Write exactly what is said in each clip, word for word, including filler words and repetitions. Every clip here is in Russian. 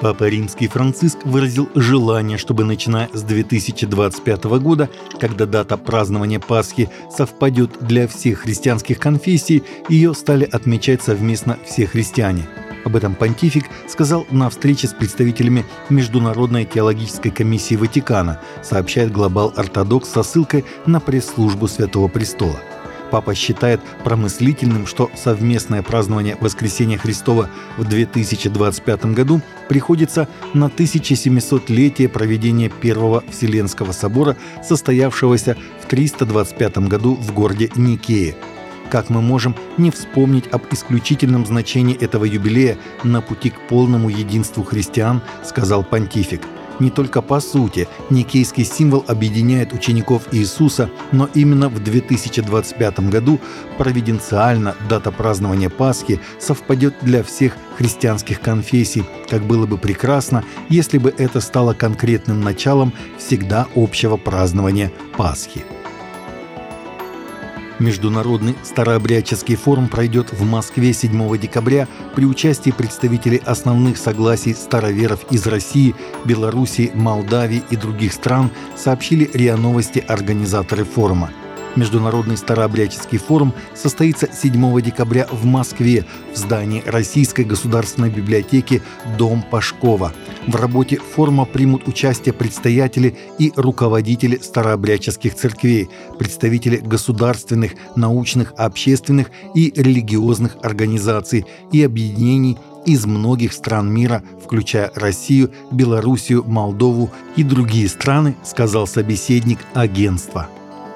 Папа Римский Франциск выразил желание, чтобы начиная с две тысячи двадцать пятого года, когда дата празднования Пасхи совпадет для всех христианских конфессий, ее стали отмечать совместно все христиане. Об этом понтифик сказал на встрече с представителями Международной теологической комиссии Ватикана, сообщает Глобал Ортодокс со ссылкой на пресс-службу Святого Престола. Папа считает промыслительным, что совместное празднование Воскресения Христова в две тысячи двадцать пятом году приходится на тысячесемисотлетие проведения Первого Вселенского собора, состоявшегося в триста двадцать пятом году в городе Никее. Как мы можем не вспомнить об исключительном значении этого юбилея на пути к полному единству христиан, сказал понтифик. Не только по сути никейский символ объединяет учеников Иисуса, но именно в две тысячи двадцать пятом году провиденциально дата празднования Пасхи совпадет для всех христианских конфессий, как было бы прекрасно, если бы это стало конкретным началом всегда общего празднования Пасхи. Международный старообрядческий форум пройдет в Москве седьмого декабря при участии представителей основных согласий староверов из России, Белоруссии, Молдавии и других стран, сообщили РИА Новости организаторы форума. Международный старообрядческий форум состоится седьмого декабря в Москве в здании Российской государственной библиотеки «Дом Пашкова». В работе форума примут участие предстоятели и руководители старообрядческих церквей, представители государственных, научных, общественных и религиозных организаций и объединений из многих стран мира, включая Россию, Белоруссию, Молдову и другие страны, сказал собеседник агентства.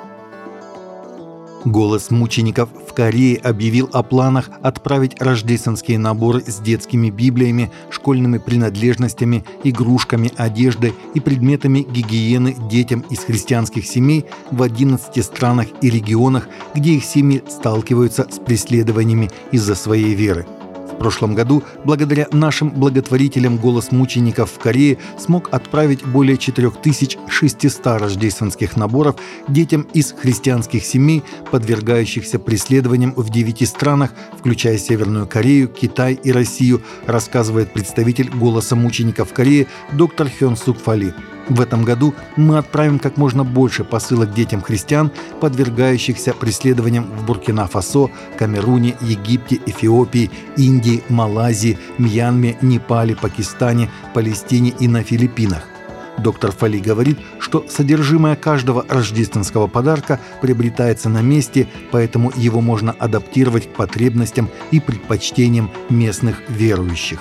«Голос мучеников» в Корее объявил о планах отправить рождественские наборы с детскими библиями, школьными принадлежностями, игрушками, одеждой и предметами гигиены детям из христианских семей в одиннадцати странах и регионах, где их семьи сталкиваются с преследованиями из-за своей веры. В прошлом году, благодаря нашим благотворителям, «Голос мучеников» в Корее смог отправить более четыре тысячи шестьсот рождественских наборов детям из христианских семей, подвергающихся преследованиям в девяти странах, включая Северную Корею, Китай и Россию, рассказывает представитель «Голоса мучеников» в Корее доктор Хён Сук Фали. В этом году мы отправим как можно больше посылок детям христиан, подвергающихся преследованиям в Буркина-Фасо, Камеруне, Египте, Эфиопии, Индии, Малайзии, Мьянме, Непале, Пакистане, Палестине и на Филиппинах. Доктор Фали говорит, что содержимое каждого рождественского подарка приобретается на месте, поэтому его можно адаптировать к потребностям и предпочтениям местных верующих.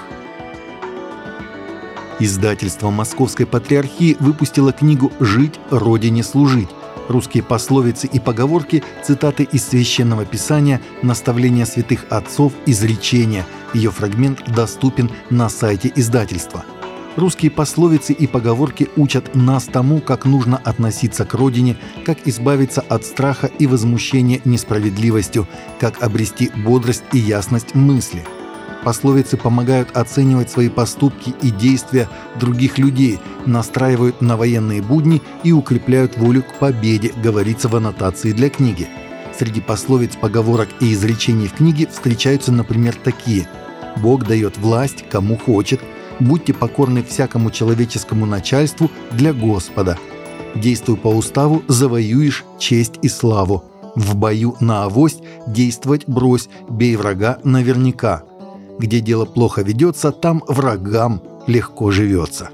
Издательство Московской Патриархии выпустило книгу «Жить, Родине служить». Русские пословицы и поговорки, цитаты из Священного Писания, наставления святых отцов, изречения. Ее фрагмент доступен на сайте издательства. Русские пословицы и поговорки учат нас тому, как нужно относиться к родине, как избавиться от страха и возмущения несправедливостью, как обрести бодрость и ясность мысли. Пословицы помогают оценивать свои поступки и действия других людей, настраивают на военные будни и укрепляют волю к победе, говорится в аннотации для книги. Среди пословиц, поговорок и изречений в книге встречаются, например, такие: «Бог дает власть, кому хочет», «Будьте покорны всякому человеческому начальству для Господа», «Действуй по уставу, завоюешь честь и славу», «В бою на авось действовать брось, бей врага наверняка», «Где дело плохо ведется, там врагам легко живется».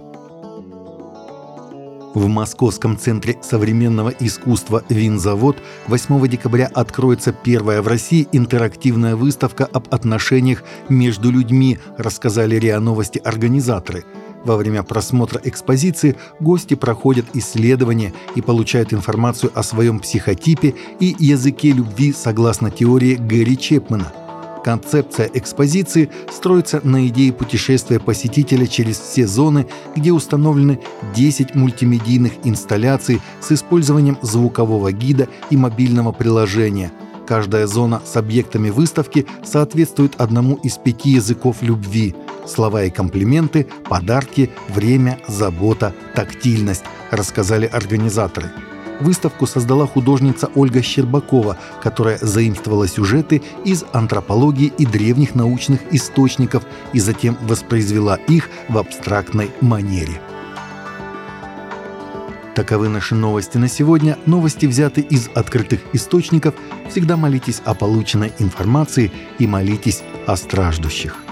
В Московском центре современного искусства «Винзавод» восьмого декабря откроется первая в России интерактивная выставка об отношениях между людьми, рассказали РИА Новости организаторы. Во время просмотра экспозиции гости проходят исследования и получают информацию о своем психотипе и языке любви согласно теории Гэри Чепмана. Концепция экспозиции строится на идее путешествия посетителя через все зоны, где установлены десять мультимедийных инсталляций с использованием звукового гида и мобильного приложения. Каждая зона с объектами выставки соответствует одному из пяти языков любви: слова и комплименты, подарки, время, забота, тактильность, рассказали организаторы. Выставку создала художница Ольга Щербакова, которая заимствовала сюжеты из антропологии и древних научных источников и затем воспроизвела их в абстрактной манере. Таковы наши новости на сегодня. Новости взяты из открытых источников. Всегда молитесь о полученной информации и молитесь о страждущих.